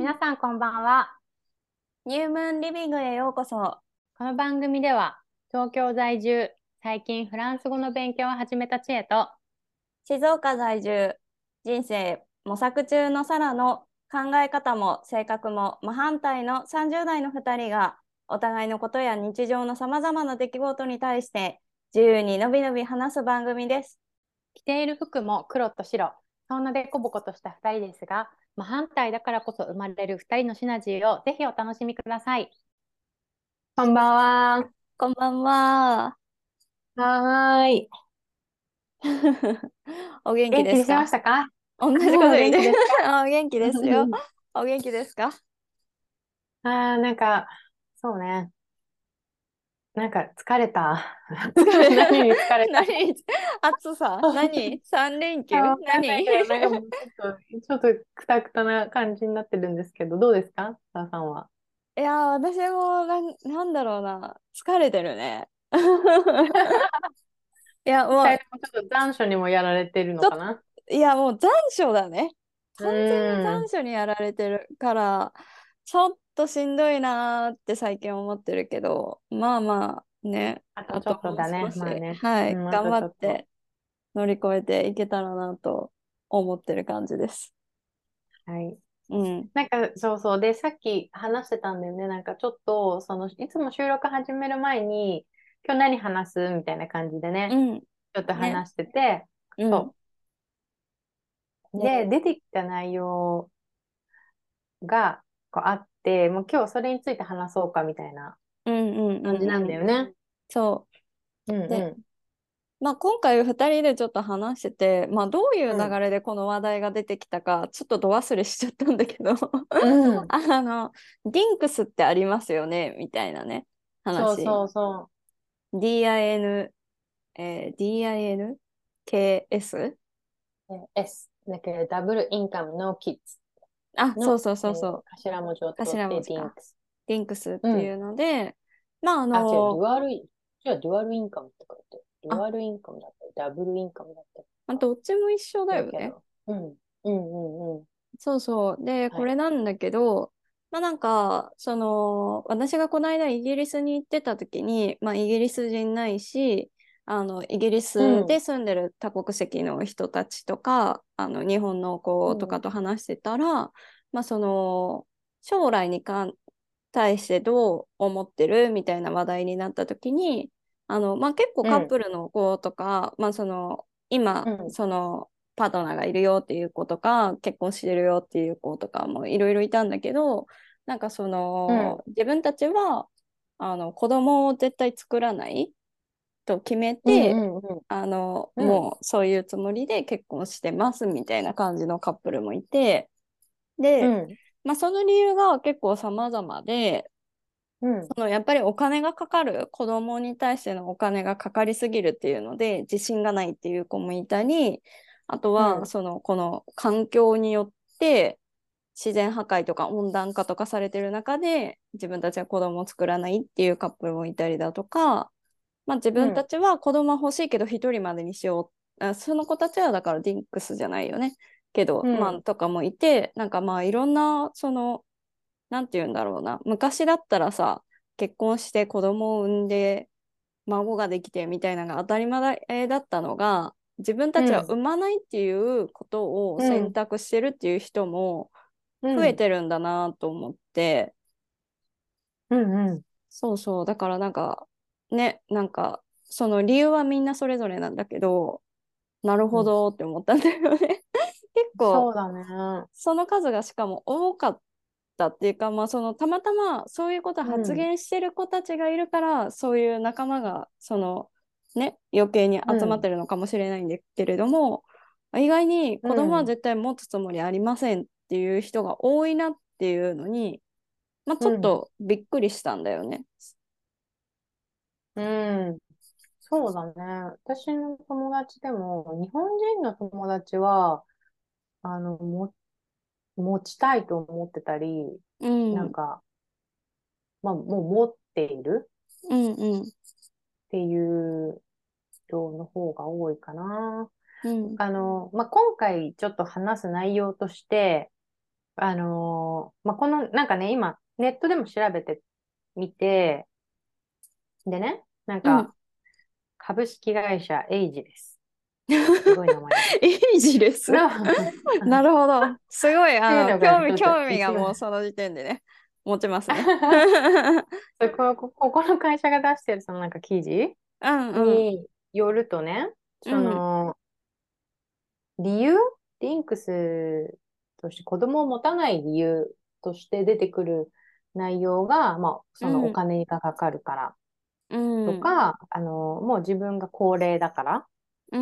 皆さんこんばんは。 ニュームーンリビングへようこそ。 この番組では東京在住、最近フランス語の勉強を始めた知恵と、 静岡在住、人生模索中のサラの考え方も性格も真反対の30代の2人がお互いのことや日常のさまざまな出来事に対して自由にのびのび話す番組です。 着ている服も黒と白、そんなでこぼことした2人ですが、真反対だからこそ生まれる2人のシナジーをぜひお楽しみください。こんばんは。 こんばんは。 はーい。 お元気元気にしてましですか？ たか？ 同じことお言って。 元気ですか？ お元気ですよ。お元気ですか？ なんか、そうね。なんか疲れた。 疲れ、 何に疲れた？ 何？暑さ何？ 3 連休わかんない何？ けど、なんかもうちょっとくたくたな感じになってるんですけど、どうですか、さあさんは。 いやー、私もなんだろうな、疲れてるね。いや、もう、 二人ともちょっと残暑にもやられてるちょっと、 のかな？ いや、もう残暑だね。 う完全にーん。 残暑にやられてるから、ちょっとしんどいなーって最近思ってるけど、まあまあね、 あとちょあともうっとだね。 少し、 まあね。 はい、 うん、あ頑とちょっと。 張って乗り越えていけたらなと思ってる感じです。 はい。 うん。 なんか、そうそう。で、さっき話してたんだよね。なんかちょっと、いつも収録始める前に、今日何話すみたいな感じでね、 うん。 ちょっとね。 話してて、 うん。 そう。で、 で、 出てきた内容がこうあって、もう今日それについて話そうかみたいなうんうん感じなんうんうん。 だよね。 そう。で、 うんうまあ、今回2人でちょっと話してて、まあ、どういうん。うん。 流れでこの話題が出てきたかちょっとど忘れしちゃったんだけどうん。 あの、ディンクスってありますよねみたいなね、話。 そうそうそ DIN、DINKS？ S。だけど、ダブルインカムノーキッズあ、そうの、 そうそうそう。 頭文字を取って頭文字か。 ディンクス。 ディンクスっうん。 ていうので、まあ、 あ、違う、デュアルインカムって書いてある。デュあ、 アルインカムだったり、ダブルインカムだったりとか。 どっちも一緒だよね。 だけど。うん。うんうんうん。 そうそう。で、 はい。 これなんだけど、まあなんか、私がこの間イギリスに行ってた時に、まあイギリス人ないし、イギリうスでん。 住んでる多国籍の人たちとか、日本の子とかうん。 と話してたら、まあ将来対してどう思ってるみたいな話題になった時に、まあ結構うん。 カップルの子とか、まあ今、 うん。 パートナーがいるよっていう子とか、結婚してるよっていう子とかもいろいろいたんだけど、なんかうん。 自分たちは、子供を絶対作らないと決めうて、 ん。うん。うん。 もうそういうつもりで結婚してますみたいな感じのカップルもいて、で、 うん。 まあその理由が結構様々で、 うん。 やっぱりお金がかかる、子供に対してのお金がかかりすぎるっていうので、自信がないっていう子もいたり、あとは、 うん。 この環境によって自然破壊とか温暖化とかされてる中で、自分たちは子供を作らないっていうカップルもいたりだとか、まあ自分たうん。 ちは子供は欲しいけど一人までにしよう。その子たちはだからディンクスじゃないよね。けど、まあうん。 とかもいて、なんかまあいろんな、なんて言うんだろうな。昔だったらさ、結婚して子供を産んで、孫ができてみたいなのが当たり前だったのが、自分たちはうん。 産まないっていうことをうん。 選択してるっていう人もうん。 増えてるんだなと思って、 うん。うん。 そうそう、だからなんか、ね、なんか、その理由はみんなそれぞれなんだけど、なるほうん。 どって思ったんだよね。結構、 そうだね。 その数がしかも多かったっていうか、まあ、たまたまそういうことうん。 発言してる子たちがいるから、そういう仲間が、ね、余計にうん。 集まってるのかもしれないんだけれども、意外にう子供はん。 絶対持つつもりありませんっていう人が多いなっていうのに、まあ、ちょっうん。 とびっくりしたんだよね。 うん。そうだね。私の友達でも、日本人の友達は、あの、も、持ちたいと思ってたり、 うん、うん、 なんか、まあ、もう持っているうん、 っていう人の方が多いかな。 うん、 まあ、今回ちょっと話す内容として、 まあ、なんかね、今、ネットでも調べてみて、でね、なんうん。 か、株式会社エイジです。すごい名前で。 イージレス。 の、 なるほど。すごい、 っていうのがちょっと興味が一番もうその時点でね、持ちますね。 ここの会社が出してるそのなんか記事うんうん。 によるとね、そうん。 の理由リンクスとして子供を持たない理由として出てくる内容が、まあ、そのおうん。 金がかかるからうん。 とか、もう自分が高齢だからうん。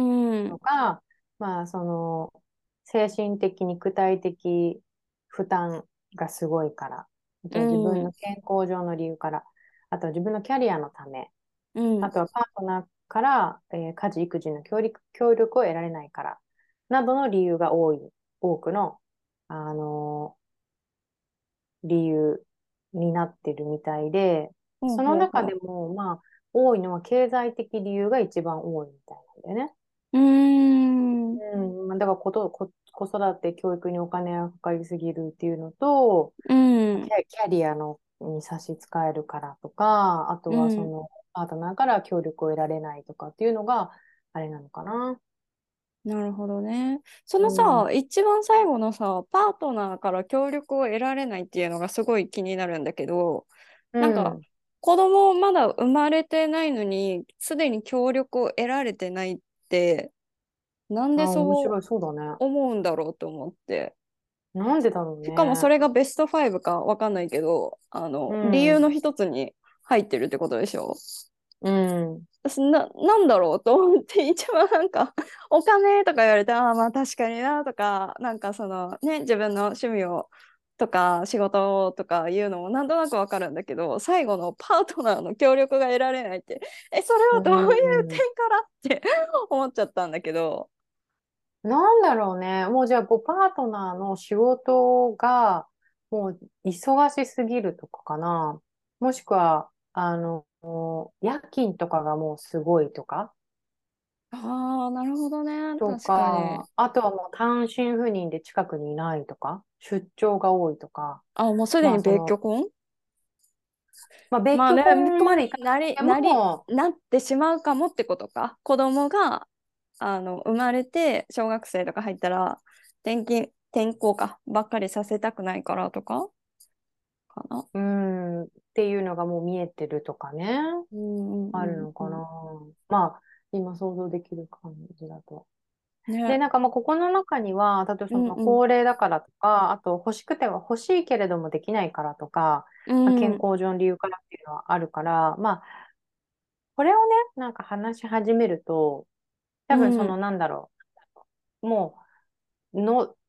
とか、まあ、精神的、肉体的負担がすごいから、あうとは自分のん。 健康上の理由から、あとは自分のキャリアのため、 うん。 あとはパートナーから、家事、育児の協力を得られないから、などの理由が多くの、あの理由になってるみたいで、 ほうそのほうほ中でも、まあ、多いのは経済的理由が一番多いみたいなんだよね。 う。うーん。 うん、まあだから子育て、教育にお金がかかりすぎるっていうのと、 うん。 キャリアに差し支えるからとか、あとうん。 はそのパートナーから協力を得られないとかっていうのがあれなのかな。 なるほどね。そうん、 のさ、一番最後のさ、パートナーから協力を得られないっていうのがすごい気になるんだけど、 うなんかん。 子供まだ生まれてないのに、すでに協力を得られてないって、なんであ、面そう白い。そうだね。 思うんだろうと思って。 なんでだろうしかもそね。 れがベスト5かわかんないけど、 う理由のん。 一つに入ってるってことでしょ？ うん。 私なんだろうと思って一番なんかお金とか言われて、ああまあ確かになとか、なんかそのね、自分の趣味をとか仕事とかいうのもなんとなくわかるんだけど、最後のパートナーの協力が得られないって、それうはどういう点ん。 からって思っちゃったんだけど。 なんだろうね。もうじゃあ、パートナーの仕事が、もう忙しすぎるとかかな。もしくは、夜勤とかがもうすごいとか、 ああ、なるほどね。 と確かに。 か、あとはもう単身赴任で近くにいないとか、出張が多いとか、 あ、もうすでにまあ別居婚。 まあ別居まあね、 婚までいかなくても、 なってしまうかもってことか。子供が、生まれて、小学生とか入ったら、転校か、ばっかりさせたくないからとか、かな。 うん、っていうのがもう見えてるとかね。 うんうあるんうんうのかな。まあ、今想像できる感じだと。 ん。 で、 ね。 なんかまあ、ここの中には、例えばそのうんうん。 高齢だからとか、あと欲しくては欲しいけれどもできないからとか、 うまあ、健ん。 康上の理由からっていうのはあるから、まあ、これをね、なんか話し始めると、 う多分そのん。 なんだろもう、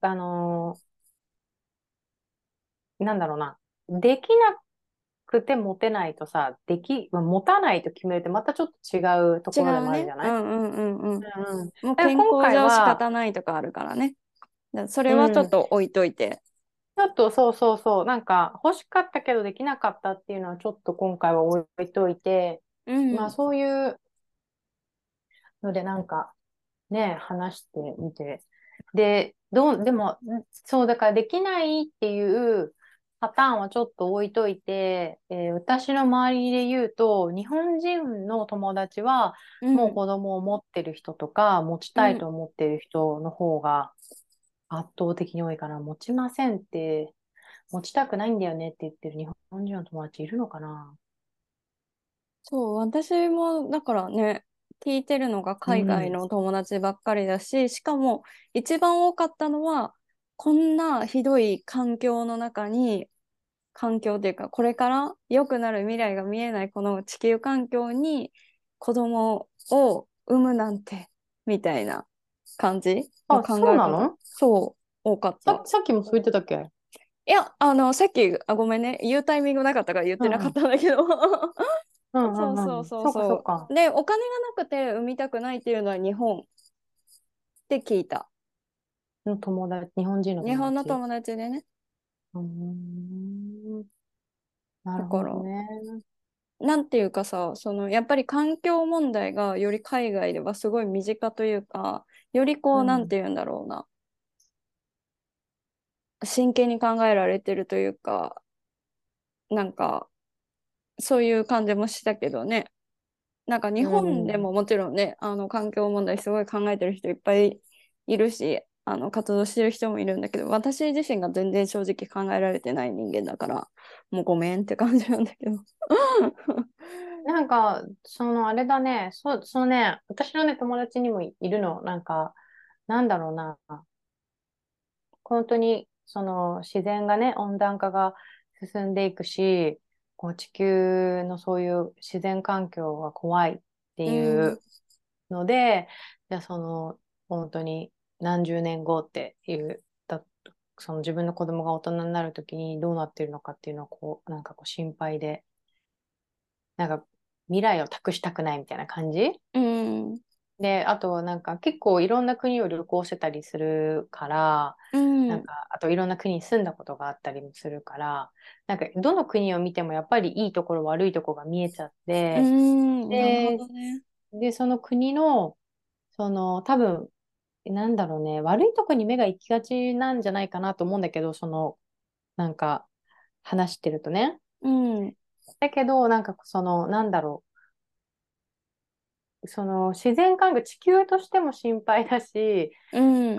なんだろうな、できなくて持てないとさ、まあ、持たないと決めるってまたちょっと違うところで違うね。 もあるじゃない？ うんうんうんうん。 うんうん。だもうから今健康上仕回は、 方ないとかあるからね。それうはちょっん、 と置いといて。 ちょっとそうそうそう、なんか欲しかったけどできなかったっていうのはちょっと今回は置いといて、 うん。 まあそういうのでなんかね、話してみて。でも、そうだからできないっていうパターンはちょっと置いといて、私の周りで言うと、日本人の友達はもううん。 子供を持ってる人とか、持ちたいとうん。 思ってる人の方が圧倒的に多いから、持ちませんって、持ちたくないんだよねって言ってる日本人の友達いるのかな？ そう、私もだからね、聞いてるのがう海外ん。 の友達ばっかりだし、しかも一番多かったのは、こんなひどい環境の中に、環境っていうか、これから良くなる未来が見えないこの地球環境に子供を産むなんて、みたいな感じのあ、 考え方。 そうなの？ そう、多かった。 さっきもそう言ってたっけ？ いや、さっき、ごめんね、言うタイミングなかったから言ってなかっうんうん。 たんだけど。 うんうそうそうんうん。そうかそうそうそか。 う。で、お金がなくて産みたくないっていうのは日本って聞いた。 の友達、日本人の日友達。 本の友達でね。 うーん。なるだから、 ほどね。 なんていうかさ、やっぱり環境問題がより海外ではすごい身近というか、よりこう、なんうん。 ていうんだろうな。 真剣に考えられてるというか、なんかそういう感じもしたけどね。なんか日う本でん。 ももちろんね、環境問題すごい考えてる人いっぱいいるし、活動してる人もいるんだけど、私自身が全然正直考えられてない人間だから、もうごめんって感じなんだけど。 なんか、あれだね、私のね、友達にもいるの。なんか、なんだろうな。本当に、自然がね、温暖化が進んでいくし、こう地球のそういう自然環境が怖いってういうん、 ので、じゃあ本当に何十年後ってその自分の子供が大人になるときにどうなっているのかっていうのをなんかこう心配で、なんか未来を託したくないみたいな感じうん、 で、あとなんか結構いろんな国を旅行してたりするから、 うん、 なんか、あといろんな国に住んだことがあったりもするから、なんかどの国を見てもやっぱりいいところ悪いところが見えちゃっうて、 ん、なるほで、 どね。 その国の、多分、なんだろうね、悪いとこに目が行きがちなんじゃないかなと思うんだけど、なんか、話してるとね。 うん、 だけど、なんかなんだろう、自然環境、地球としても心配だし、 うん、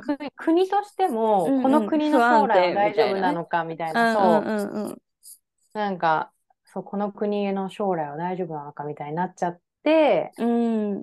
国としても、このうん、うん、不国の将安定み来は大丈たいなね。 夫なのかみたいな、 うん、うん、 そうん、うん。 う、なんか、そう、この国の将来は大丈夫なのかみたいになっちゃって、 うん、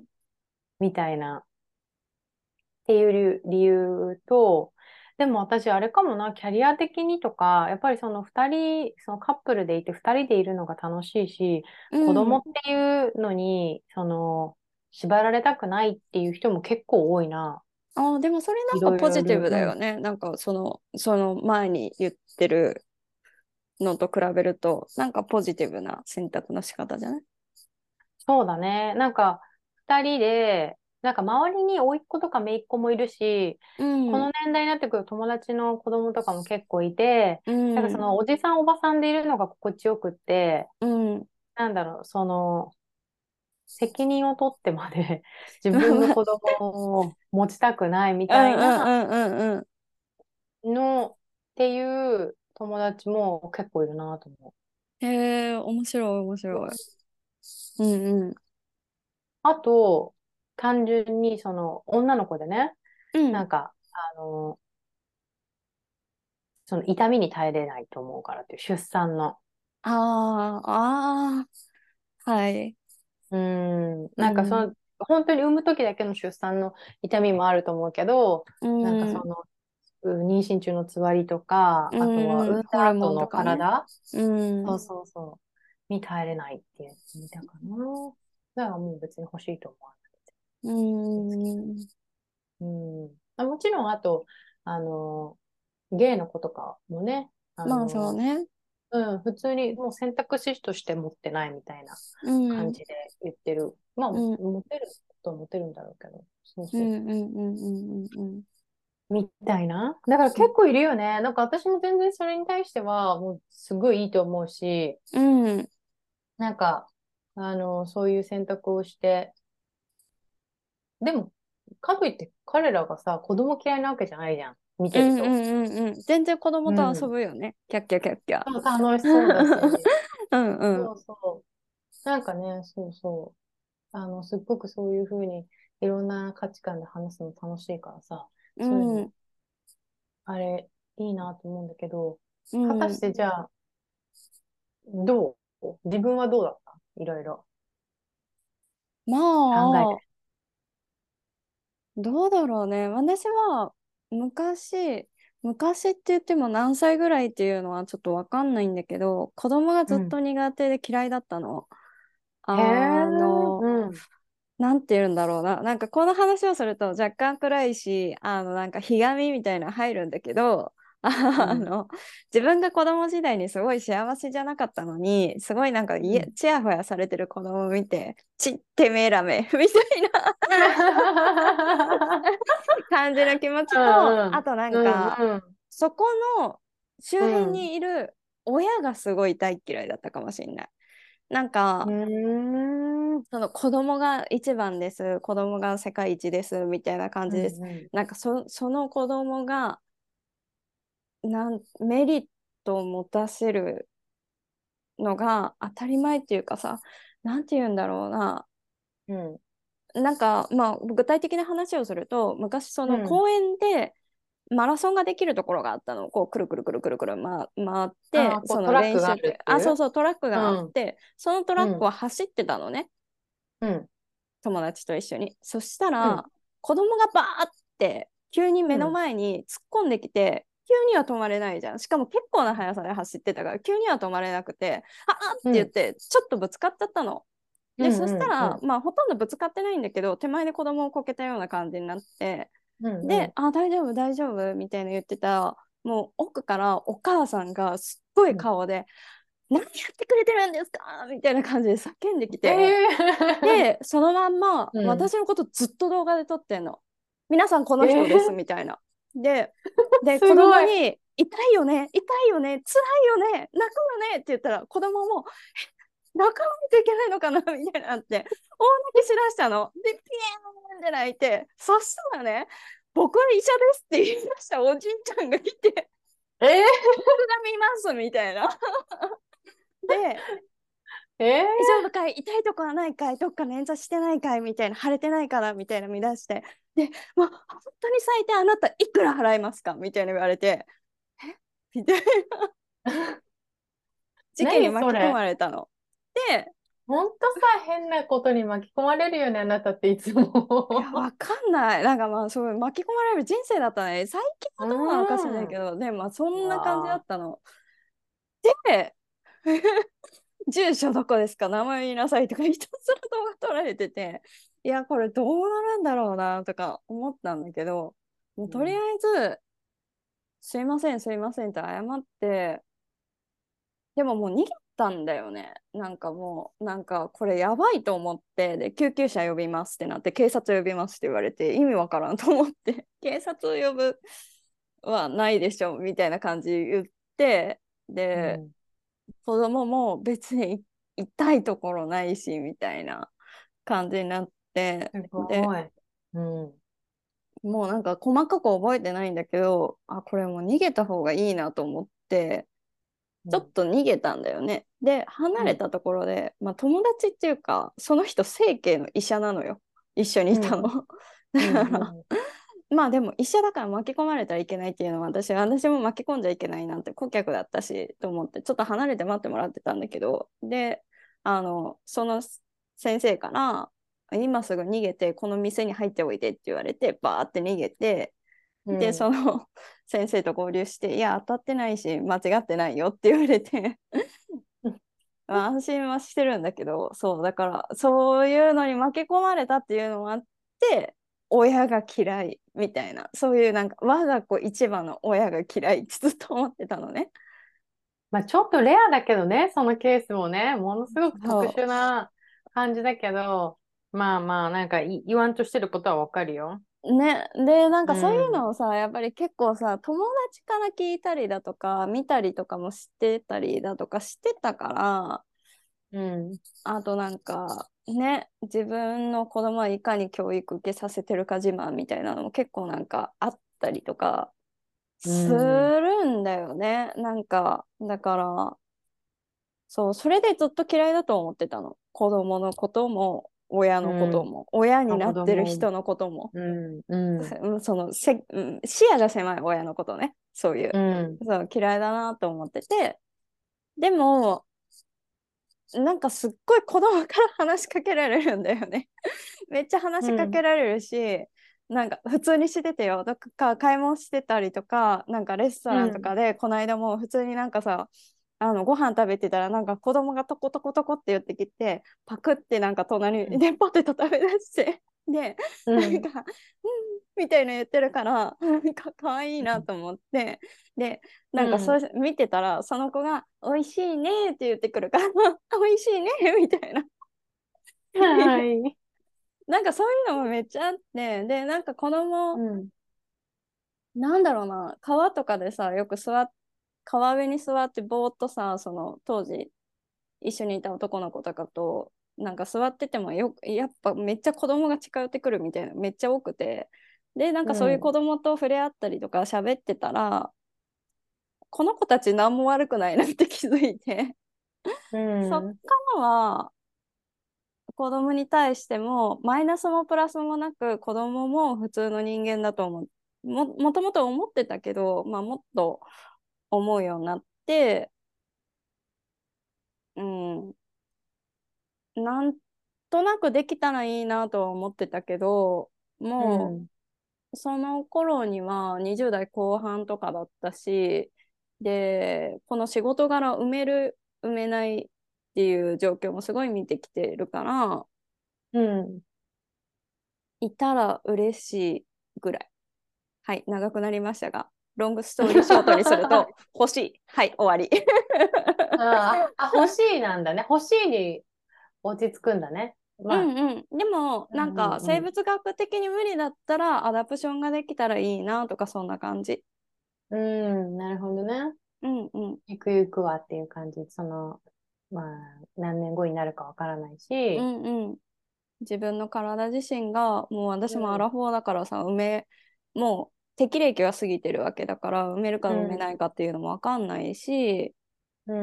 みたいな、っていう理由と、でも私、あれかもな、キャリア的にとか、やっぱりそのカップルでいて二人でいるのが楽しいし、 う子供っん。 ていうのに、縛られたくないっていう人も結構多いな。 ああ、でもそれなんかいろいろいる。 ポジティブだうん。 よね。なんかその前に言ってるのと比べると、なんかポジティブな選択の仕方じゃない？ そうだね。なんか、二人で、なんか周りに甥っ子とか姪っ子もいるし、 うん、 この年代になってくる友達の子供とかも結構いて、 うなんかん、 おじさんおばさんでいるのが心地よくって、 うん。うんなんだろう、責任を取ってまで自分の子供を持ちたくないみうんたいなうんうんっていう友達も結構いるなと思へえ、面白い面白い。うんうん。 う。あと、単純に女の子でね、 うん。 なんか、その痛みに耐えれないと思うからっていう出産の。 ああ、ああ、はい。うなんかん。 本当に産む時だけの出産の痛みもあると思うけど、 うなんかん。 妊娠中のつわりとか、あとはうん。 産んホルモだ後のンとかね。 体、 うん。 そうそうそう、に耐えれないっていうやつ見たかな。だからもう別に欲しいと思わうないです。 ん。 もちろん、あと、あの、ゲイの子とかもね、 まあそうね。 普通にもう選択肢として持ってないみたいなうん。 感じで言ってる。まあ、 うん。 持てることは持てるんだろうけど、そううそう。 んうんうんうんうんみたいな。だからうん。 結構いるよね。なんか私も全然それに対しては、もうすごいいいと思うし、 うん。 なんか、そういう選択をして、でも、かといって彼らがさ、子供嫌いなわけじゃないじゃん。見うんうてると。 んうんうん。全然子供うと遊ん。 ぶよね。キャッキャキャッキャ。 そう楽しそうだし。 うんうん。 そうそう。なんかね、そうそう。すっごくそういうふうに、いろんな価値観で話すの楽しいからさ、 うそういうの、 ん。 あれ、いいなと思うんだけど、 う果たしん。 てじゃあ、ど自分はどうだったいろいろま考えて。 あ、どうだろうね。私は昔、昔って言っても何歳ぐらいっていうのはちょっとわかんないんだけど、子供がずっうん。 と苦手で嫌いだったの。 へえ、 あの、 うん。 なんて言うんだろうな。なんかこの話をすると若干暗いし、なんかひがみみたいなの入るんだけど、 うん。 自分が子供時代にすごい幸せじゃなかったのに、すごいなんかうん。 ちやほやされてる子供を見て、ちってめえらめ、みたいな感じの気持ちと、 うんあとなんうん。 か、 うん。 そこの周辺うん。 にいる親がすごい大嫌いだったかもしれない。なんうか、 ん。うん。 その子供が一番です、子供が世界一ですみたいな感うじです。 ん。 なんかその子供がメリットを持たせるのが当たり前っていうかさ、なんて言うんだろうな。 うん。 なんか、まあ、具体的な話をすると、昔そうん。 の公園でマラソンができるところがあったの。こう、くるくるくるくるくる回って、 ああ、こうトそのラックがあ練習って、あ、 るっていう。 そうそう、トラックうがあっん。 て、そのトラックうん。 は走ってたのね。 うん。 友達と一緒に。そしたうん。 ら、子供がバーって急に目のうん。 前に突っ込んできて、急には止まれないじゃん。しかも結構な速さで走ってたから、急には止まれなくて、ああってうん。 言って、ちょっとぶつかっちゃったの。で、 うん。 そしたうん。うら、 ん。 まあ、ほとんどぶつかってないんだけど、手前で子供をこけたような感じになって、 うん。うで、 ん。 あ、大丈夫、大丈夫、みたいな言ってた、もう奥からお母さんがすっごいうん。 顔で、何やってくれてるんですかみたいな感じで叫んできて、 ええで、そのまんまうん。 私のことずっと動画で撮ってんの。皆さんこの人ですええみたいな。で、子すごい。 供に痛いよね、痛いよね、辛いよね、泣くよねって言ったら子供も泣かないといけないのかなみたいになって大泣きしだしたの。で、ピエーンって泣いて、そしたらね、僕は医者ですって言い出したおじいちゃんがいて、 え僕が見ますみたいな。で、大丈ええ夫かい痛いとこはないかいどっか捻挫してないかいみたいな腫れてないからみたいな見出してで、まあ、本当に最低あなたいくら払いますかみたいな言われてみたいな事件に何それ。 巻き込まれたの。で、 ほんとさ、変なことに巻き込まれるよね、あなたっていついや、 も。 わかんない。なんかまあ、そう巻き込まれる人生だったね。最近うはどうなのかしらないーん。 けど、で、まあ、そうんな感じだわったの。で、住所どこですか名前言いなさいとかひたすら動画撮られてて、いや、これどうなるんだろうなとか思ったんだけど、もうーうん。 とりあえず、すいません、すいませんって謝って、でももう逃げたんだよね。なんかもう、なんかこれやばいと思って、で、救急車呼びますってなって、警察呼びますって言われて、意味わからんと思って、警察呼ぶはないでしょみたいな感じ言って、で、 うん。 子供も別に痛いところないし、みたいな感じになって、 すで、 ごい。うん。 もうなんか細かく覚えてないんだけど、あ、これもう逃げた方がいいなと思って、 うん。 ちょっと逃げたんだよね。で、離うん。 れたところで、まあ、友達っていうか、その人、整形の医者なのよ。一緒にいたの。 うん。 だうん。 から、 うん。 まあでも医者だから巻き込まれたらいけないっていうのは私も巻き込んじゃいけないなんて顧客だったしと思ってちょっと離れて待ってもらってたんだけど、で、その先生から今すぐ逃げてこの店に入っておいでって言われてバーって逃げて、で、そうん。 の先生と合流して、いや、当たってないし、間違ってないよって言われて、まあ、安心はしてるんだけど、そう、だから、そういうのに巻き込まれたっていうのもあって、親が嫌いみたいな、そういうなんか、我が子一番の親が嫌いってずっと思ってたのね。 まあちょっとレアだけどね、そのケースもね、ものすごく特そ殊な感じだけど、まあまあ、なんか言わんとしてることはわかるよ。 う。ね。で、なんうかそういうのん。 をさ、やっぱり結構さ、友達から聞いたりだとか、見たりとかもしてたりだとかしてたから、 うん。 あとなんかね、自分の子供はいかに教育受けさせてるか自慢みたいなのも結構なんかあったりとかうすん。 るんだよね。なんか、だから、そう、それでずっと嫌いだと思ってたの。子供のことも、親うのことん。 も、親にまあ子なってる供、 人のことも、 うん。うん。 視野が狭い親のことね、そういう、 うん。 そう、嫌いだなと思ってて、でも、なんかすっごい子供から話しかけられるんだよね。めっちゃ話しかけうん。 られるし、なんか普通にしててよ。とか買い物してたりとか、なんかレストランとうん。 かで、この間も普通になんかさ、ご飯食べてたら、なんか子供がトコトコトコって言ってきて、パクってなんか隣でポテト食べ出して、で、 うん。 なんか、みたいな言ってるから、なんか可愛いなと思って、で、なんかそううん。 見てたら、その子が、美味しいねって言ってくるから、美味しいねみたいな。 はい。 なんかそういうのもめっちゃあって、で、なんか子供、 うん。 なんだろうな、川とかでさ、よく川辺に座ってぼーっとさ、その当時一緒にいた男の子とかと、なんか座っててもやっぱめっちゃ子供が近寄ってくるみたいな、めっちゃ多くて、で、なんうかそういう子ん。 供と触れ合ったりとか喋ってたら、 この子たち何も悪くないなって気づいて、 うそっかん。 らは子供に対してもマイナスもプラスもなく子供も普通の人間だと思う。もともと思ってたけど、まあ、もっと思うようになって、うん、なんとなくできたらいいなとは思ってたけど、もうん。 うその頃には20代後半とかだったし、で、この仕事柄埋める、埋めないっていう状況もすごい見てきてるから、 うん。 いたら嬉しいぐらい。はい、長くなりましたが、ロングストーリーショートにすると、欲しい。はい、終わり。 欲しいなんだね。欲しいに落ち着くんだね。 うまあ、 んうん。でも、 うなんか、生んうん物学的に無理だったら、アダプションができたらいいなとか、そんな感じ。 うん。うん、なるほどね。 うんうん。 ゆくゆくはっていう感じ。まあ、何年後になるかわからないし、 うんうん。自分の体自身が、もう私もアうん、 ラフォーだからさ、もう適齢期が過ぎてるわけだから、埋めるか埋めないうん、 かっていうのもわかんないし、 うん、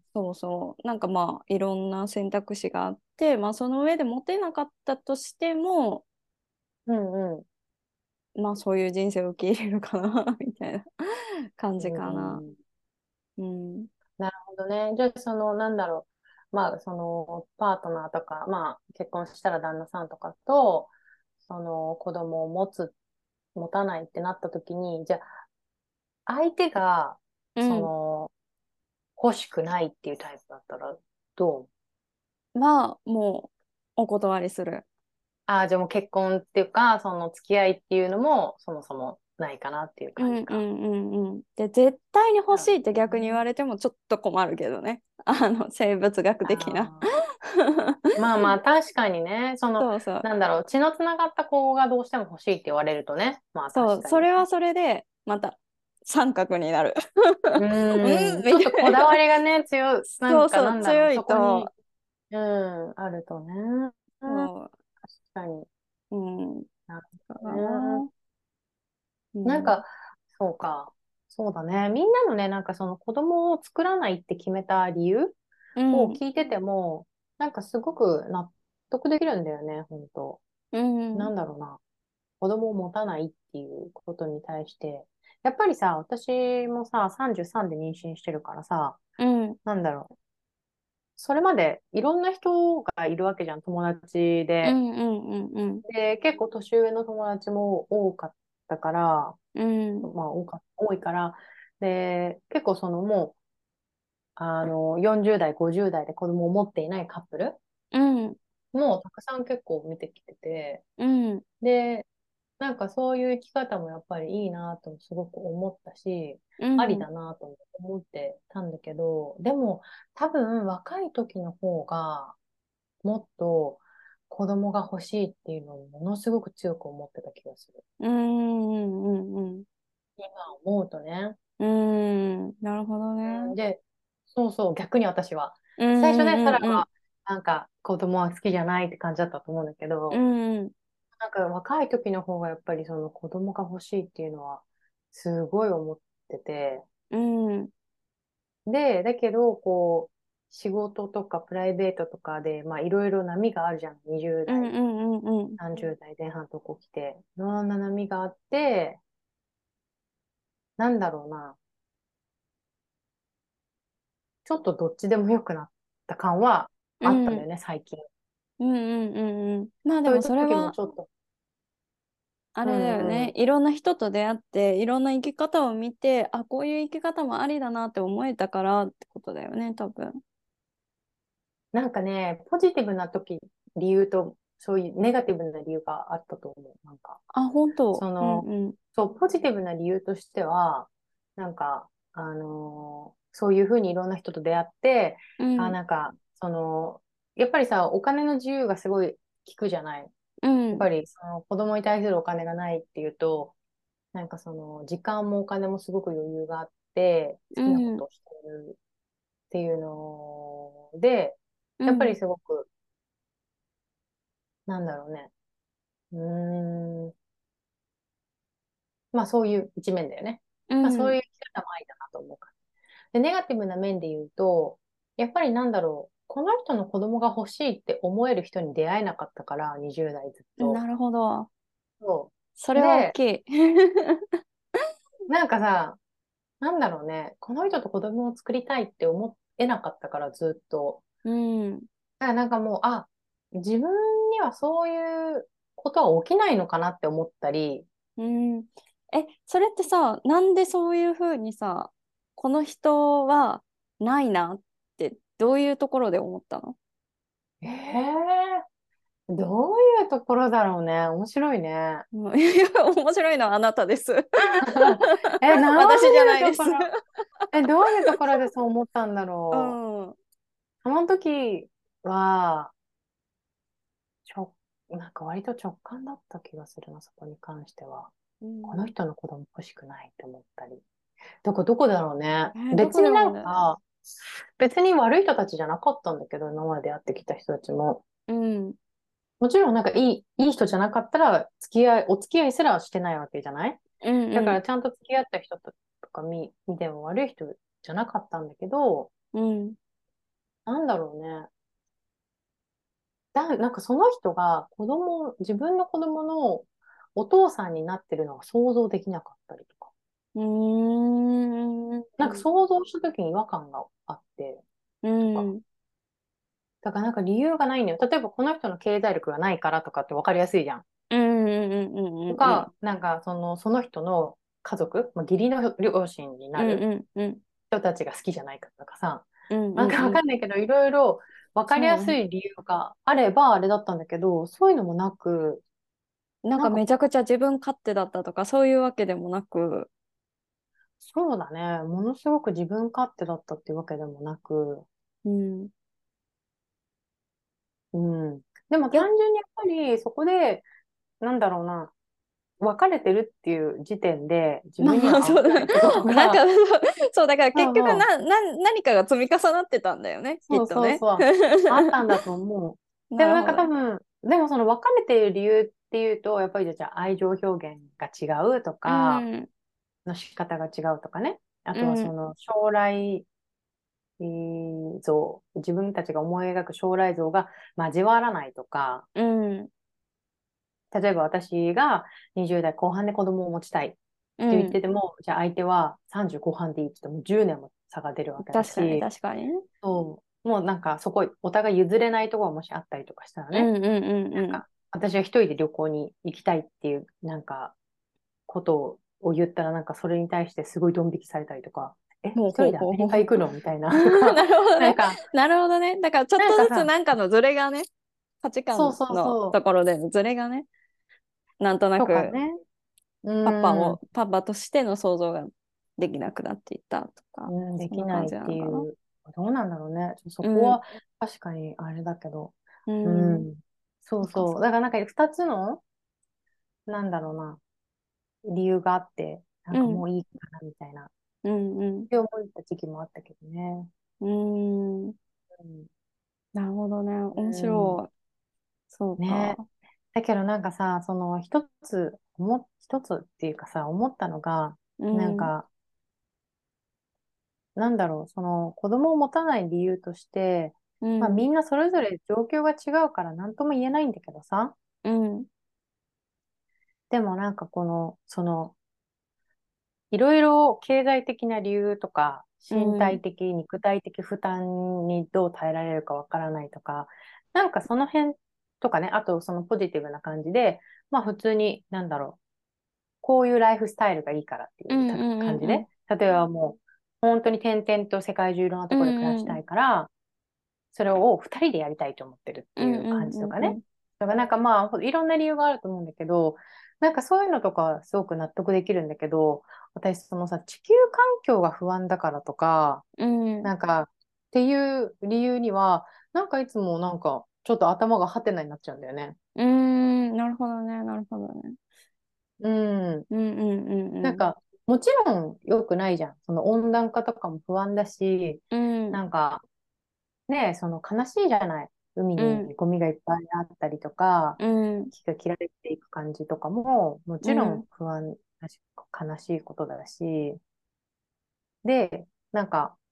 そうそう。なんかまあ、いろんな選択肢があって、まあ、その上で持てなかったとしても、 うん、うん。 まあ、そういう人生を受け入れるかなみたいな感うじかな。 ん、 うん。 なるほどね。じゃあ、なんだろう。まあ、パートナーとか、まあ、結婚したら旦那さんとかと、子供を持たないってなった時に、じゃあ、相手が、 うん。 その、欲しくないっていうタイプだったら、どう？ まあ、もう、お断りする。 ああ、じゃあもう結婚っていうか、その付き合いっていうのも、そもそもないかなっていううんう感じか。 んうんうん。で、絶対に欲なるしいってほどね。 逆に言われてもちょっと困るけどね。生物学的な。 ああ。まあまあ、確かにね、 そうそう。 なんだろう、血のつながった子がどうしても欲しいって言われるとね、まあそう、 確かにね。 それはそれで、また、三角になる。 ううんちょっみたいな。 とこだわりがね、 そうそう、 なんだろう、 強いそこに、 と、 あるとね。確そかにう、うん、 なるかほどね。 な。うん、 なんか、そうか。そうだね。みんなのね、子供を作らないって決めた理由うん、 を聞いてても、なんかすごく納得できるんだよね、本当。 うん、 なんだろうな。子供を持たないっていうことに対して。やっぱりさ、私もさ、33で妊娠してるからさ、 うん、 なんだろう。それまでいろんな人がいるわけじゃん、友達で。 うん、うん、うん、 で、結構年上の友達も多かったから、 うん、 まあ、多いから、で、結構もう、40代、50代で子供を持っていないカップルうん、 もたくさん結構見てきてて、 うん、 で、なんかそういう生き方もやっぱりいいなとすごく思ったし、ありうん、 だなと思ってたんだけど、でも多分若い時の方がもっと子供が欲しいっていうのをものすごく強く思ってた気がする。 うん、うん、 今思うとね。 うん、なるほどね。 で、そうそう、逆に私は。 うん、 最初ね、 うん、うん、 サラは、なんか、子供は好きじゃないって感じだったと思うんだけうど、 ん、 なんか若い時の方がやっぱりその子供が欲しいっていうのは、すごい思ってて、 うん、うん、 で、だけど、こう、仕事とかプライベートとかで、まあいろいろ波があるじゃん。20 うん、 代、 うん、 30代前半とこ来て、いろんな波があって、なんだろうな、ちょっとどっちでもよくなった感はうん、 あったんだよね、最近。 うん、うん、うん、うん。まあでそういうもそれ時もは、 ちょっと、うあれだよね。 んうん。 いろんな人と出会って、いろんな生き方を見て、あ、こういう生き方もありだなって思えたからってことだよね、多分。 なんかね、ポジティブな理由と、そういうネガティブな理由があったと思う。 あ、本当。うんその、 うん。 そう、ポジティブな理由としては、そういうふうにいろんな人と出会って、あ、 うんやっぱりさ、お金の自由がすごい効くじゃない。やっうんぱり、子供に対するお金がないっていうと、時間もお金もすごく余裕があって、好きなこうんとをしてるっていうので、やっぱりうんすごく、なんだろうね。うーん。まあそういう一面だよね。 うまあそうん。 いう生き方もありだなと思うかで、ネガティブな面で言うと、やっぱりなんだろう、この人の子供が欲しいって思える人に出会えなかったから、20代ずっと。 なるほど。 そそれは大う。で、 きい。 なんかさ、なんだろうね、この人と子供を作りたいって思えなかったから、ずっと。 うん。 だからなんかもう、自分にはそういうことは起きないのかなって思ったり、 うん。それってさ、なんでそういうふうにさ、この人はないなってどういうところで思ったの？ どういうところだろうね。面白いね。 うん。いや、面白いのはあなたです。 ど私じゃうないです。 いうところ、どういうところでそう思ったんだうろん。 う。その時は、ちょ、なんか割と直感だった気がするな、そこに関しては。このうん。 人の子供欲しくないって思ったり。どこだろうね。 どこ別になだろうね。 んか、別に悪い人たちじゃなかったんだけど、今まで会ってきた人たちも。 うん。 もちろんなんかいい人じゃなかったら、お付き合いすらしてないわけじゃない。 うんうん。 だからちゃんと付き合った人とか見ても悪い人じゃなかったんだけど、 うん。 なんだろうね。なんかその人が自分の子供のお父さんになってるのが想像できなかったりとか。 うーん。 なんか想像した時に違和感があって、 うとか。 ん。 だからなんか理由がないんだよ。例えばこの人の経済力がないからとかって分かりやすいじゃん。 うんうんうんうんうんうん。 とか、なんかその人の家族、義理の両親になるうんうんうん。 人たちが好きじゃないかとかさ、 うんなんかわうんうん。 かんないけど、いろいろわかりやそうね。 すい理由があればあれだったんだけど、そういうのもなく、 なんかなんかめちゃくちゃ自分勝手だったとかそういうわけでもなく、 そうだね、ものすごく自分勝手だったっていうわけでもなく、 うん。 うん。でも単純にやっぱりそこで、なんだろうな、別れてるっていう時点で自分には合そうだね。 わないところなんかが、 そうだから結局そうそう、 何かが積み重なってたんだよね、きそうっとね。 そうそう、あったんだと思う。でもなんなるほど。 か多分、でもその別れている理由っていうと、やっぱりじゃあ愛情表現が違うとうか、 ん、 の仕方が違うとかね。あとはそうん、 の将来像、自分たちが思い描く将来像が交わらないとか、 うん、 例えば私が20代後半で子供を持ちたいって言っうん。 てても、じゃあ相手は30後半でいいって言っても10年も差が出るわけだ確かに、 し、 確かにね。 もうなんかそこお互い譲れないところがもしあったりとかしたらね、 うん、うん、うん、うん。 なんか私は一人で旅行に行きたいっていうなんかことを言ったらなんかそれに対してすごいドン引きされたりとか、 ほうほう一人でアほうほうほう。 メリカ行くのみたいなとか、 なるほどね。 なんか、 なるほどね。だからちょっとずつなんかさ、 なんかのズレがね、価値観そうそうのとそう、 ころでのズレがね、なんとなくとかね、うーん、 パパとしての想像ができなくなっていったとか、 うん、でそんな感きないっじなのかな。 ていう、どうなんだろうね。そうん、 こは確かにあれだけど、 ううん、 ん、そうそう。 そっかそっか。 だからなんか二つの、なんだろうな、理由があって、なんかもうん、 ういいかなみたいな、っうん、うん、 て思った時期もあったけどね。 うん。 うん、 なるほどね。面うん、 白い。そうね。 か。 だけどなんかさ、その一つっていうかさ、思ったのが、 うん、 なんか、なんだろう、その子供を持たない理由として、まあうん、 みんなそれぞれ状況が違うから何とも言えないんだけどさ、 うん、 でもなんかいろいろ経済的な理由とか、 うん、 身体的、肉体的負担にどう耐えられるかわからないとか、なんかその辺とかね、あとそのポジティブな感じで、まあ普通に、なんだろう、こういうライフスタイルがいいからっていうん、 ううん、 感じで、例えばもう、本当に転々と世界中いろんなうところで暮らしん、うん、 たいから、それを二人でやりたいと思ってるってうん、 いううん、 感じとかね。 うん、 だからなんかまあ、いろんな理由があると思うんだけど、なんかそういうのとかすごく納得できるんだけど、私そのさ、地球環境が不安だからとか、 うん、 なんかっていう理由には、なんかいつもなんかちょっと頭がハテナになっちゃうんだよね。 うん、なるほどね、なるほどね。 うん。 うん、うん、うん、 なんか、もちろん良くないじゃん。その温暖化とかも不安だし、 うん、 なんか、ね、その悲しいじゃない。海うん、 にゴミがいっぱいあったりとか、 うん、うん、 木が切られていく感じとかも、もちろんうん、 不安だし、悲しいことだし、で、なんか、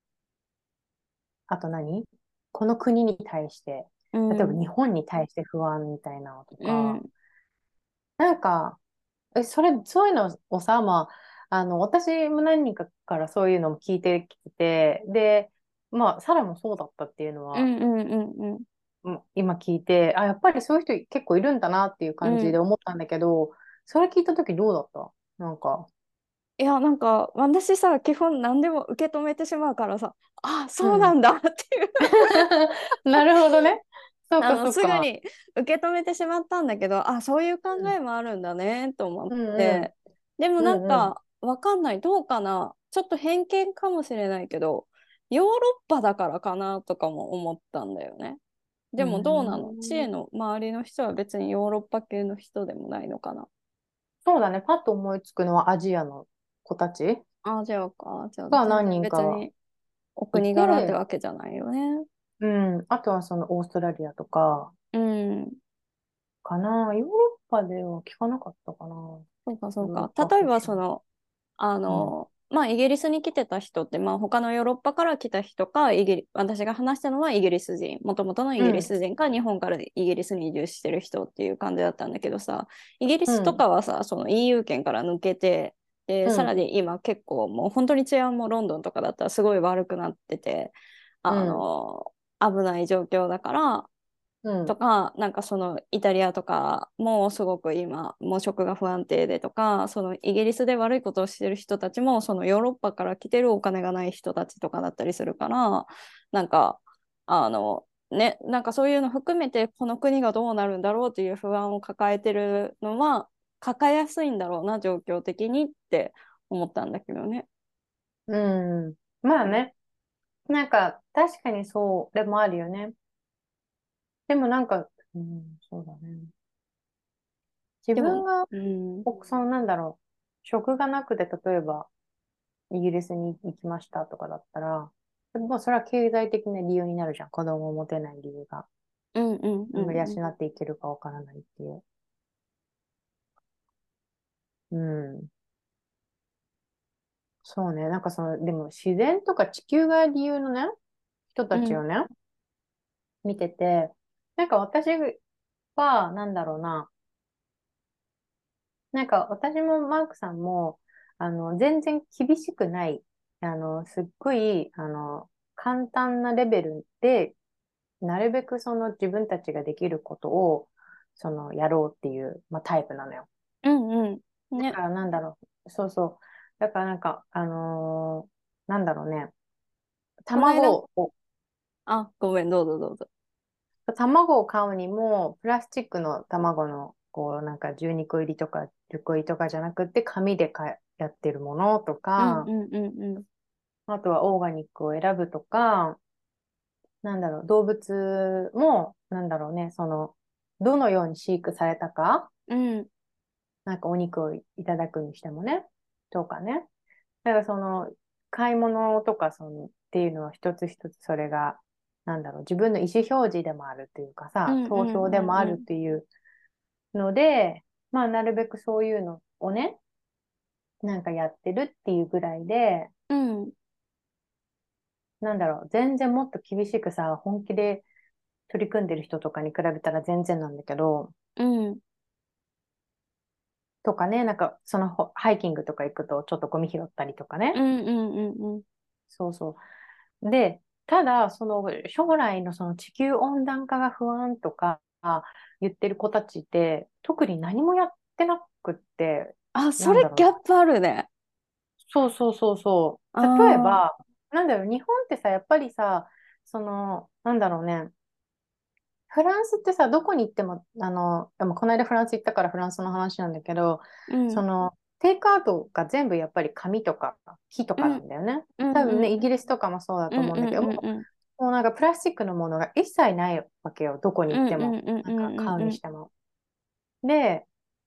あとこの国に対して、 う例えばん、 日本に対して不安みたいなのとか、 うん、 なんか、そういうのをさ、まあ、私も何人かからそういうのも聞いてきてて、で、まあ、サラもそうだったっていうのは、 うん、うん、うん、うん。 今聞いて、あ、やっぱりそういう人結構いるんだなっていう感じでうん。 思ったんだけど、それ聞いたときどうだった？なんか、 いや、なんか、私さ、基本何でも受け止めてしまうからさ、あ、 うん。 そうなんだっていうなるほどね。そうか、そうか。 すぐに受け止めてしまったんだけど、あ、そういう考うん、 えもあるんだね、と思っうん、うん、 て。でもうん、うん。 わかんない。どうかな。ちょっと偏見かもしれないけど、ヨーロッパだからかな、とかも思ったんだよね。 うーでもどうなの？知恵ん。 の周りの人は別にヨーロッパ系の人でもないのかな。 そうだね。パッと思いつくのはアジアの子たちあ、じゃあか。じゃあが何全然人か別におい国柄ってて、 わけじゃないよね。 うん。あとはそのオーストラリアとかうん。 かな。ヨーロッパでは聞かなかったかな。 そうか、そうか。 ヨーロッパ例えば、 出身。うん。 まあ、イギリスに来てた人って、まあ、他のヨーロッパから来た人か、私が話したのはイギリス人、もともとのイギリうん。 ス人か、日本からイギリスに移住してる人っていう感じだったんだけどさ、イギリスとうん。 かはさ、その EU 圏から抜けて、で、さらうん。 に今結構もう本当に治安もロンドンとかだったらすごい悪くなってて、 うん。 危ない状況だから、 うん。 とか、なんかそのイタリアとかもすごく今、もう食が不安定でとか、そのイギリスで悪いことをしてる人たちも、そのヨーロッパから来てるお金がない人たちとかだったりするから、なんか、なんかそういうの含めて、この国がどうなるんだろうという不安を抱えてるのは、抱えやすいんだろうな、状況的にって思ったんだけどね。 うん。まあうん。 ね。なんか、確かにそうでもあるよね。でもなんか、うん、そうだね。自でも、 分が、 うん、 なんだろう。職がなくて、例えば、イギリスに行きましたとかだったら、もうそれは経済的な理由になるじゃん。子供を持てない理由が。 うん、うん、うん、うん。 養っていけるかわからないっていう。うん。そうね。なんかでも自然とか地球が理由のね、人うん、 たちをね、見てて、なんか私は、なんだろうな。なんか私もマークさんも、全然厳しくない、すっごい、簡単なレベルで、なるべくその自分たちができることを、やろうっていう、まあ、タイプなのよ。 うん、うん。ね。 だからなんだろう。そうそう。だからなんか、なんだろうね。 この間、 卵を、 あ、ごめん、どうぞどうぞ。 卵を買うにも、プラスチックの卵の、なんか12個入りとか10個入りとかじゃなくて、紙でやってるものとか、 うんうんうんうん。 あとはオーガニックを選ぶとか、なんだろう、動物も、なんだろうね、どのように飼育されたか、 うん。 なんかお肉をいただくにしてもね、とかね。だから買い物とかっていうのは一つ一つそれが、なんだろう、自分の意思表示でもあるっていうかさ、 うんう投票んでもあるっうんていうので、まあ、なるべくそういうのをね、なんかやってるっていうぐらいで、 うん。うん。 なんだろう、全然もっと厳しくさ、本気で取り組んでる人とかに比べたら全然なんだけど、 うん。 とかね、なんかハイキングとか行くとちょっとゴミ拾ったりとかね。 うんうんうんうん。 そうそう。で、ただ、将来のその地球温暖化が不安とか言ってる子たちって、特に何もやってなくって、 あ、それなんだろうな。 ギャップあるね。 そうそうそうそう。例えああ。 ば、なんだろう、日本ってさ、やっぱりさ、なんだろうね、フランスってさ、どこに行っても、でもこの間フランス行ったからフランスの話なんだけど、 うん。 テイクアウトが全部やっぱり紙とか木とかなうんんだよね。 うんう多分ね、イギんリスとかもそうだうんうんと思うんだけど、 うんうんもうなんかプラスチックのものが一切ないわけよ。どこにうん行っても。 うんうんうなんか買うんうんにしても。で、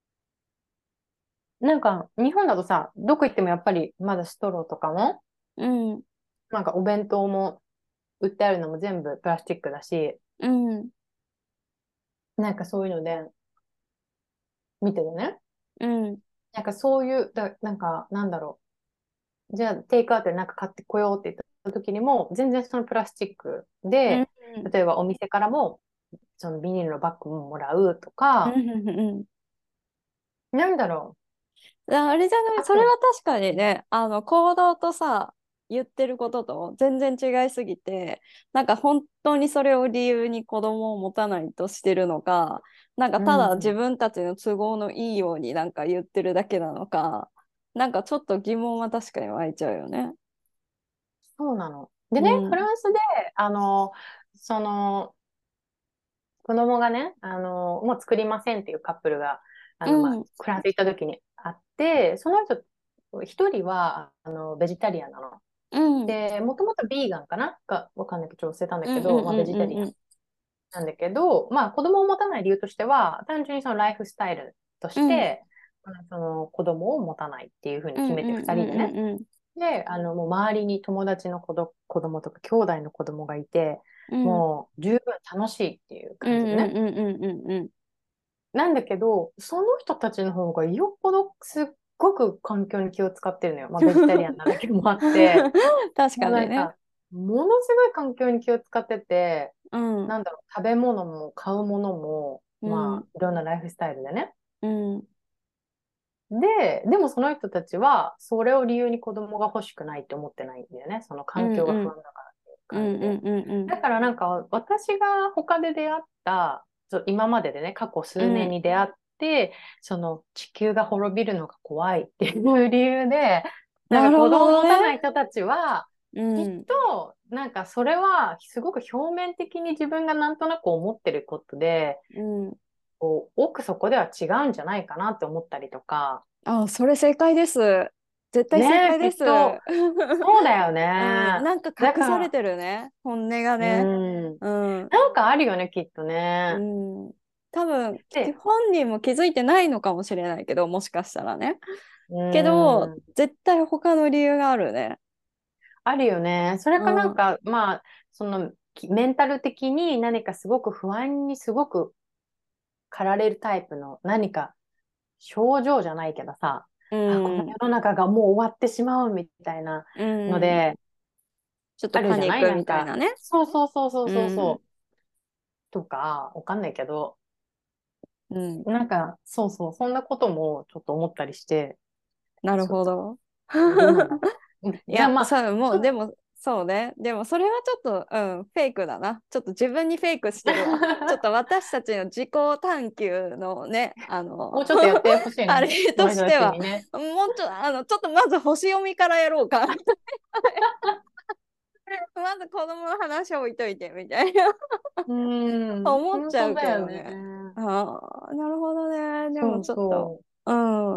なんか日本だとさ、どこ行ってもやっぱりまだストローとかも、 うんなんかお弁当も売ってあるのも全部プラスチックだし、 うんなんかそういうので見てるね。 うんなんかそういう、なんかなんだろう。じゃあテイクアウトでなんか買ってこようって言った時にも、全然そのプラスチックうん。 で、 うん。 例えばお店からも、そのビニールのバッグももらうとか、 うん。うん。 なんだろあれじゃなう。 い、 あと、 それは確かにね、行動とさ、言ってることと全然違いすぎて、なんか本当にそれを理由に子供を持たないとしてるのか、なんかうただ自ん、 分たちの都合のいいようになんか言ってるだけなのか、なんかちょっと疑問は確かに湧いちゃうよね。 そうなの。でうね、フん。 ランスで、あの、その、子供がね、もう作りませんっていうカップルが、 うまあ、 ん。 フランス行った時にあって、その人、一人は、ベジタリアンなの。 うん。うん。 で、もともとビーガンかなかわかんないけど、忘れたんだうん。 けど、まあ、ベうん。 ジタリアンうん。 なんだけど、まあ、子供を持たない理由としては、単純にそのライフスタイルとうん。 して、その子供を持たないっていうふうにうん。 決めて、二人でね。 うん。 で、もう周りに友達の子供とか兄弟の子供がいて、 うん。 もう十分楽しいっていううん。 感じでね。 うん。うん。うん。うん。 なんだけど、その人たちの方がよっぽどすっごく環境に気を使ってるのよ。まあ、ベジタリアンなだけもあって、 確もかにね。 うなんか、ものすごい環境に気を使ってて、 うん。 なんだろう、食べ物も買うものも、 うん。 まあ、いろんなライフスタイルでね。 うん。 でもその人たちは、それを理由に子供が欲しくないって思ってないんだよね。そのうん。 環境がうん。 不安だからっていううん。 感じで。 うん。うん。 だからなんか、私が他で出会った、今まででね、過去数年うん。 に出会って、その地球が滅びるのが怖いっていう理由で、なんか子なるほ供を持たどね。 ない人たちは、きっうん。 と、なんかそれはすごく表面的に自分がなんとなく思ってることで、 うん。 こう奥底では違うんじゃないかなって思ったりとか、 あ、それ正解です。絶対正ねえ、 解です。 きっと、そうだようん。 ね。 なんか隠されだから、 てるね。本音がうね。 ん。 うん。 なんかあるよね、きっとうね。 ん。多分、 で、 本人も気づいてないのかもしれないけど、もしかしたらね。 うけど、 ん。 絶対他の理由があるね。 あるよね。それうん。 かなんか、まあ、その、メンタル的に何かすごく不安にすごく駆られるタイプの何か症状じゃないけどさ、 うあ、このん。 世の中がもう終わってしまうみたいなうん。 ので、 ちょっとあるじゃないパニックなんか、 みたいなね。 そうそうそうそううん。 そうそう。とか、わかんないけど、 うん。 なんか、そうそう、そんなこともちょっと思ったりして、 なるちょっと、 ほど。 どうなんだろう。うんいや、 まあ、 そう、もう、でも、そうね。でも、それはちょっと、うん、フェイクだな。ちょっと自分にフェイクしてるわ。ちょっと私たちの自己探求のね、 もうちょっとやってほしいあれね。その人たとしては、 ちにね。 もうちょっと、ちょっとまず星読みからやろうか。まず子供の話を置いといて、みたいな。 うーん、 思っ本ちゃうけ当だよね。 どね。ああ、なるほどね。でもそうちょっと、 そうん、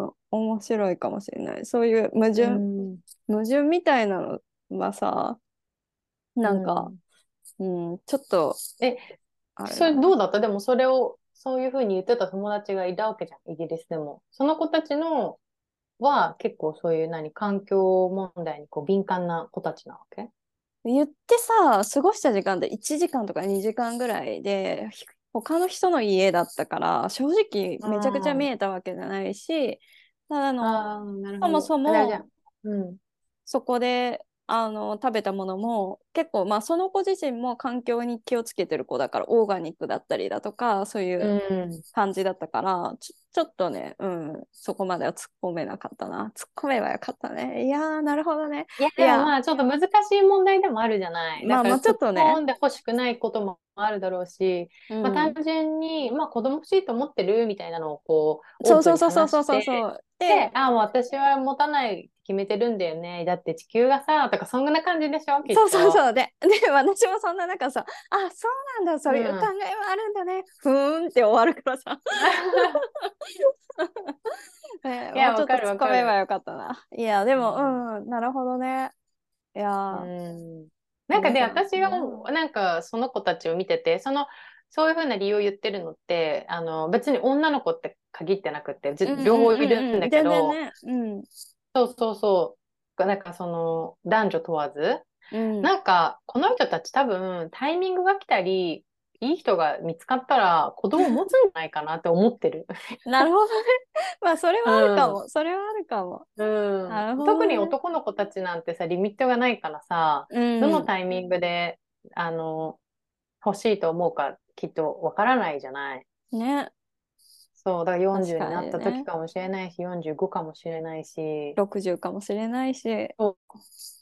面白いかもしれない。そういうう。うん、 矛盾みたいなのはさ、 うなんか、 ん。 ちょっと、 え、それあれだな。 どうだったでもそれを、そういうふうに言ってた友達がいたわけじゃん、イギリスでも。その子たちのは結構そういう環境問題にこう敏感な子たちなわけ？ 言ってさ、過ごした時間で1時間とか2時間ぐらいで、他の人の家だったから、正直めちゃくちゃ見あえたわけじゃないし、ただあ、ああ、なるそもほど。 そも、 じゃあ、うん、 そこで食べたものも結構まあその子自身も環境に気をつけてる子だからオーガニックだったりだとかそういううん。 感じだったからちょっとね、そこまでは突っ込めなかったな。突っ込めばよかったね。いやーなるほどね。 いや、でもいや、 まあちょっと難しい問題でもあるじゃない。だからまあちょ突っっとね。 込んで欲しくないこともあるだろうし、 うまあ単ん。 純に、まあ子供欲しいと思ってるみたいなのをこう、オーそうプンにそうそうそうそう話して、 そうそう。で、 で、ああ、もう私は持たないって決めてるんだよね。だって地球がさ、とかそんな感じでしょ、きっそうそうと。 そうで、私もそんな中さ、あ、そうなんだ、そういう考うん。 えもあるんだね。ふーんって終わるからさ。 いや、 もうちょっとわかる突っ込めばわかる。 よかったな。いや、でも、 うん。 なるほどね。いやうー、 ん。なんかで、 面白い私が、 な。 なんか、その子たちを見てて、そういうふうな理由を言ってるのって、別に女の子って限ってなくて、 うんう両方いるんんうんうん。 だけど、 全然ね。うん。 そうそうそう、なんか男女問わず、 うん。 なんか、この人たち多分、タイミングが来たり、 いい人が見つかったら子供持つんじゃないかなって思ってる。 なるほどね。まあ、それはあるかうん。 も。それはあるかも。なるうん。特にほどね。 男の子たちなんてさ、リミットがないからさ、 うどのん。 タイミングで、あの、欲しいと思うかきっとわからないじゃない。 ね。 そう、だから40に確かなった時にね。 かもしれないし、45かもしれないし、 60かもしれないし。 そう、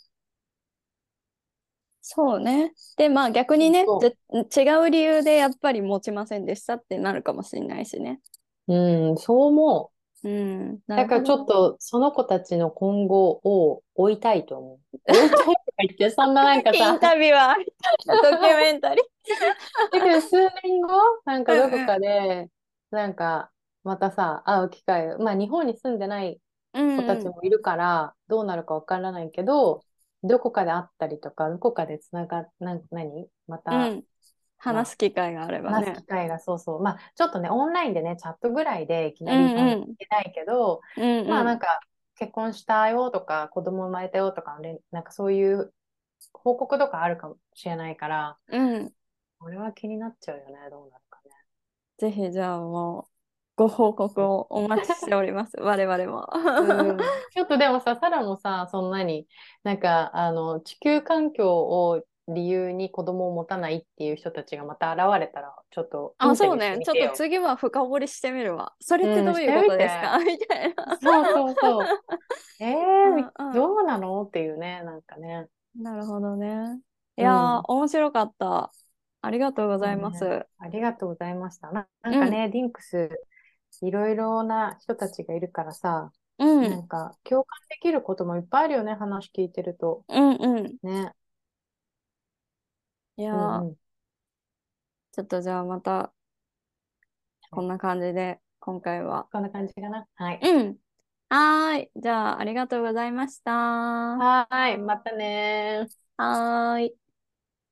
そうね。で、まあ逆にね、 そ違う理由でやっぱり持ちませんでしたってなるかもしれないしね。 う、うん、そう思う。 うん。なだからちるほど。 ょっとその子たちの今後を追いたいと思う。追いたいとか言って、そんななんかインタさ、 ビュアーみたいなドキュメンタリー。 だけど数年後、なんうかどこんかで、なんかまたさ、会う機会、まあ日本に住んでないうん。 子たうん。 ちもいるから、どうなるかわからないけど、どこかで会ったりとか、どこかでつなが、何また、 うん。 まあ、 話す機会があればね。 話す機会がそうそう。まあ、ちょっとね、オンラインでね、チャットぐらいでいきうなりそんなにんうん。 いけないけど、 うんうん。 まあなんか、結婚したよとか、子供生まれたよとか、なんかそういう報告とかあるかもしれないから、 うん。 これは気になっちゃうよね、どうなるかぜひじゃあもう、ご報告をお待ちしております。我々も。 ね。うん。ちょっとでもさ、サラもさ、そんなに、なんか、地球環境を理由に子供を持たないっていう人たちがまた現れたら、ちょっとイあ、 ンタビューしてそうね。ちょっとみてよ。 次は深掘りしてみるわ。それってうん、 どういうこしてみて。 とですかみたいな。 そうそうそう。 うんうん。 どうなのっていうね、なんかね。 なるほどね。いやー、 うん。 面白かった。ありがとうございまそうね。 す。 ありがとうございました。なんうん、 かね、リンクス、いろいろな人たちがいるからさ、 うん、 なんか共感できることもいっぱいあるよね、話聞いてると。 うん、うん。 ね。 いやー、 うんうん。 ちょっとじゃあまたこんな感じで、今回は。 こんな感じかな。はい。 うん。はーい。じゃあ、ありがとうございました。ははーい。またねー。 ーい。